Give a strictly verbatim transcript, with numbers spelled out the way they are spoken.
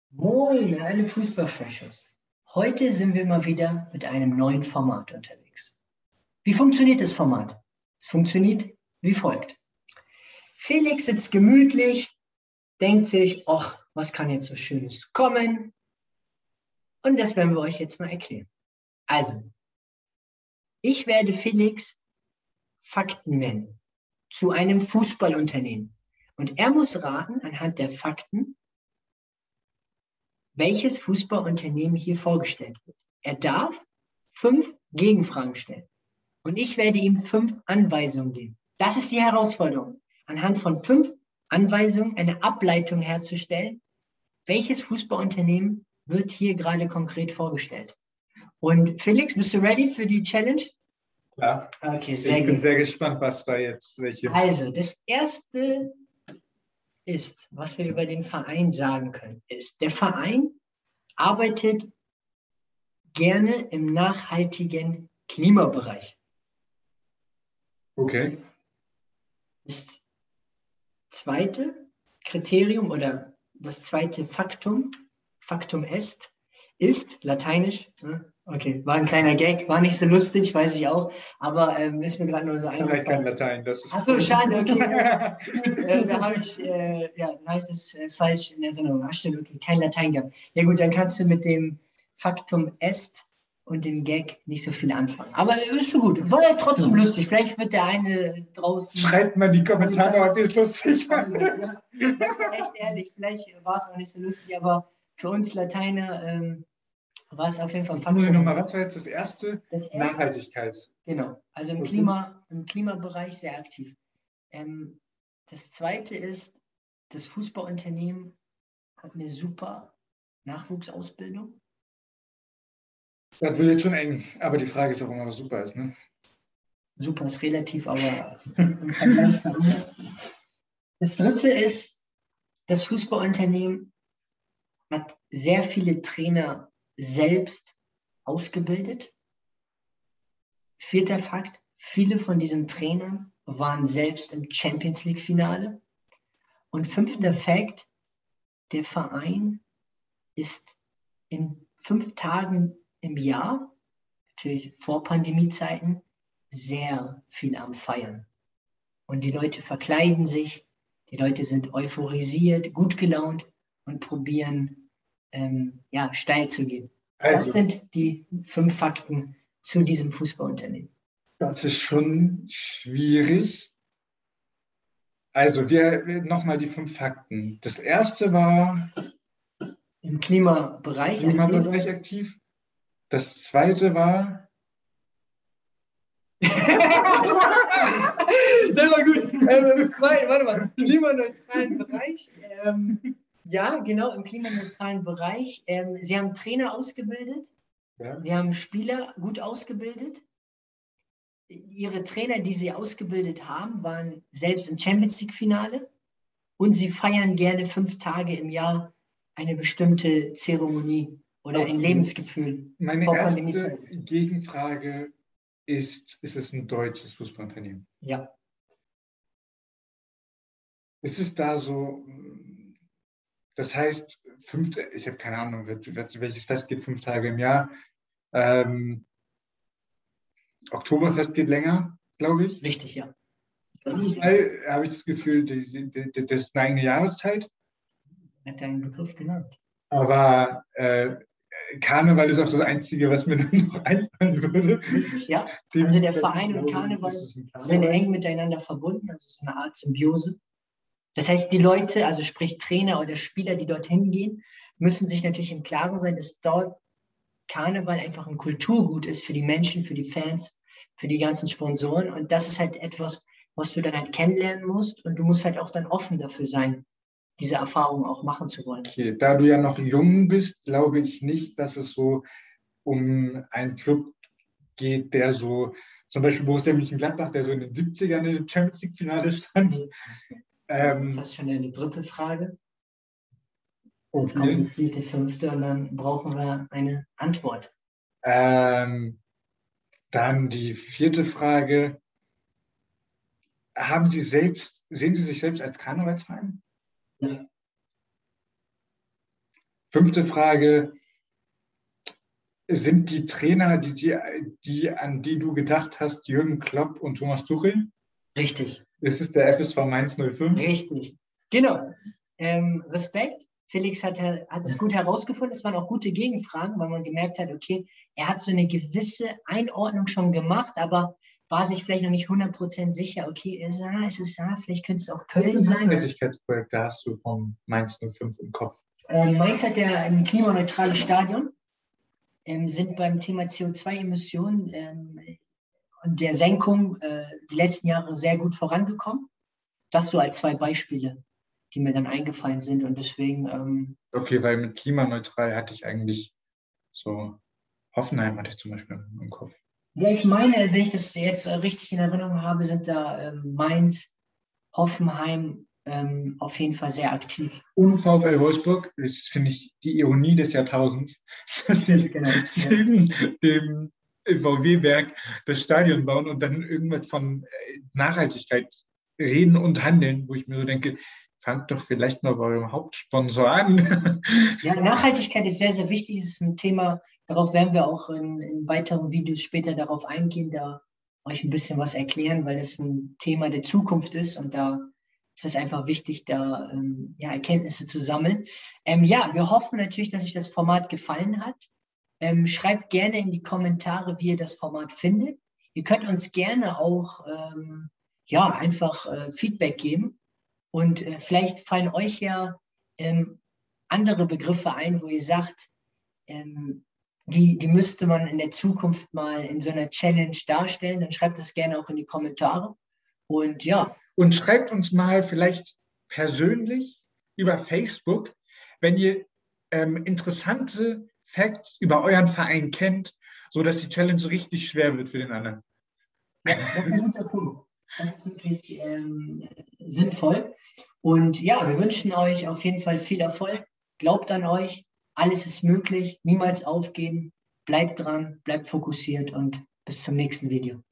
Moin, alle Fußballfreshers. Heute sind wir mal wieder mit einem neuen Format unterwegs. Wie funktioniert das Format? Es funktioniert wie folgt. Felix sitzt gemütlich, denkt sich, ach, was kann jetzt so Schönes kommen? Und das werden wir euch jetzt mal erklären. Also, ich werde Felix Fakten nennen zu einem Fußballunternehmen. Und er muss raten anhand der Fakten, welches Fußballunternehmen hier vorgestellt wird. Er darf fünf Gegenfragen stellen. Und ich werde ihm fünf Anweisungen geben. Das ist die Herausforderung. Anhand von fünf Anweisungen eine Ableitung herzustellen, welches Fußballunternehmen wird hier gerade konkret vorgestellt. Und Felix, bist du ready für die Challenge? Ja, okay, sehr ich gut. bin sehr gespannt, was da jetzt welche. Also, das erste ist, was wir über den Verein sagen können, ist, der Verein arbeitet gerne im nachhaltigen Klimabereich. Okay. Das zweite Kriterium oder das zweite Faktum, Faktum est, ist lateinisch. Okay, war ein kleiner Gag, war nicht so lustig, weiß ich auch, aber ähm, ist mir gerade nur so eingefallen. Ich kann kein Latein, das ist. Achso, schade, okay. äh, da habe ich, äh, ja, da hab ich das äh, falsch in Erinnerung. Ach stimmt, okay, kein Latein gehabt. Ja gut, dann kannst du mit dem Faktum est und dem Gag nicht so viel anfangen. Aber ist so gut. War ja trotzdem lustig. Vielleicht wird der eine draußen. Schreibt mal in die Kommentare, ob ihr es lustig fandet. Ja, echt ehrlich, vielleicht war es auch nicht so lustig, aber für uns Lateiner ähm, war es auf jeden Fall Faktum. Muss ich nochmal, was war jetzt das erste? Das erste Nachhaltigkeit. Genau, also im, Okay. Klima, im Klimabereich sehr aktiv. Ähm, das zweite ist, das Fußballunternehmen hat eine super Nachwuchsausbildung. Das wird jetzt schon eng, aber die Frage ist auch immer, was super ist, ne? Super ist relativ, aber im Vergleich zu anderen. Das dritte ist, das Fußballunternehmen hat sehr viele Trainer selbst ausgebildet. Vierter Fakt, viele von diesen Trainern waren selbst im Champions League Finale. Und fünfter Fakt, der Verein ist in fünf Tagen im Jahr, natürlich vor Pandemiezeiten, sehr viel am Feiern. Und die Leute verkleiden sich, die Leute sind euphorisiert, gut gelaunt und probieren, ähm, ja, steil zu gehen. Also, das sind die fünf Fakten zu diesem Fußballunternehmen. Das ist schon schwierig. Also, wir nochmal die fünf Fakten. Das erste war im Klimabereich, im Klimabereich aktiv. aktiv. Das zweite war das war gut. Ähm, zwei, warte mal. Klimaneutralen Bereich. Ähm, ja, genau, im klimaneutralen Bereich. Ähm, Sie haben Trainer ausgebildet. Ja. Sie haben Spieler gut ausgebildet. Ihre Trainer, die Sie ausgebildet haben, waren selbst im Champions League-Finale. Und Sie feiern gerne fünf Tage im Jahr eine bestimmte Zeremonie oder okay. ein Lebensgefühl. Meine erste Gegenfrage ist, ist es ein deutsches Fußballunternehmen? Ja. Ist es da so, das heißt, fünf, ich habe keine Ahnung, welches Fest geht fünf Tage im Jahr. Ähm, Oktoberfest geht länger, glaube ich. Richtig, ja. Fußball habe ich das Gefühl, das ist eine eigene Jahreszeit. Hat deinen Begriff genannt. Aber äh, Karneval ist auch das Einzige, was mir noch einfallen würde. Ja, also der Verein und Karneval sind eng miteinander verbunden, also so eine Art Symbiose. Das heißt, die Leute, also sprich Trainer oder Spieler, die dorthin gehen, müssen sich natürlich im Klaren sein, dass dort Karneval einfach ein Kulturgut ist für die Menschen, für die Fans, für die ganzen Sponsoren. Und das ist halt etwas, was du dann halt kennenlernen musst. Und du musst halt auch dann offen dafür sein, diese Erfahrung auch machen zu wollen. Okay, da du ja noch jung bist, glaube ich nicht, dass es so um einen Club geht, der so, zum Beispiel Borussia Mönchengladbach, der so in den siebzigern in der Champions League Finale stand. Ähm, das ist schon eine dritte Frage. Jetzt okay. kommt die vierte, fünfte und dann brauchen wir eine Antwort. Ähm, dann die vierte Frage. Haben Sie selbst, sehen Sie sich selbst als Karnevalsverein? Ja. Fünfte Frage. Sind die Trainer, die, sie, die, an die du gedacht hast, Jürgen Klopp und Thomas Tuchel? Richtig. Ist es der F S V Mainz null fünf? Richtig. Genau. Ähm, Respekt. Felix hat, hat es gut herausgefunden. Es waren auch gute Gegenfragen, weil man gemerkt hat, okay, er hat so eine gewisse Einordnung schon gemacht, aber war sich vielleicht noch nicht hundert Prozent sicher. Okay, ist es, ist es ja, vielleicht könnte es auch Köln sein. Welche Nachhaltigkeitsprojekte hast du vom Mainz null fünf im Kopf? Ähm, Mainz hat ja ein klimaneutrales Stadion, ähm, sind beim Thema C O zwei Emissionen ähm, und der Senkung äh, die letzten Jahre sehr gut vorangekommen. Das so als zwei Beispiele, die mir dann eingefallen sind und deswegen... Ähm, okay, weil mit klimaneutral hatte ich eigentlich so, Hoffenheim hatte ich zum Beispiel im Kopf. Ja, ich meine, wenn ich das jetzt äh, richtig in Erinnerung habe, sind da ähm, Mainz, Hoffenheim ähm, auf jeden Fall sehr aktiv. Und VfL Wolfsburg, das finde ich die Ironie des Jahrtausends, dass die Genau, ja. neben dem V W-Werk das Stadion bauen und dann irgendwas von äh, Nachhaltigkeit reden und handeln, wo ich mir so denke, fangt doch vielleicht mal bei eurem Hauptsponsor an. Ja, Nachhaltigkeit ist sehr, sehr wichtig. Es ist ein Thema, darauf werden wir auch in, in weiteren Videos später darauf eingehen, da euch ein bisschen was erklären, weil es ein Thema der Zukunft ist und da ist es einfach wichtig, da ähm, ja, Erkenntnisse zu sammeln. Ähm, ja, wir hoffen natürlich, dass euch das Format gefallen hat. Ähm, schreibt gerne in die Kommentare, wie ihr das Format findet. Ihr könnt uns gerne auch ähm, ja, einfach äh, Feedback geben und äh, vielleicht fallen euch ja ähm, andere Begriffe ein, wo ihr sagt, ähm, die, die müsste man in der Zukunft mal in so einer Challenge darstellen. Dann schreibt das gerne auch in die Kommentare. Und ja. Und schreibt uns mal vielleicht persönlich über Facebook, wenn ihr ähm, interessante Facts über euren Verein kennt, sodass die Challenge richtig schwer wird für den anderen. Ja, das ist ein guter Punkt. Das ist wirklich ähm, sinnvoll. Und ja, wir wünschen euch auf jeden Fall viel Erfolg. Glaubt an euch. Alles ist möglich. Niemals aufgeben. Bleibt dran, bleibt fokussiert und bis zum nächsten Video.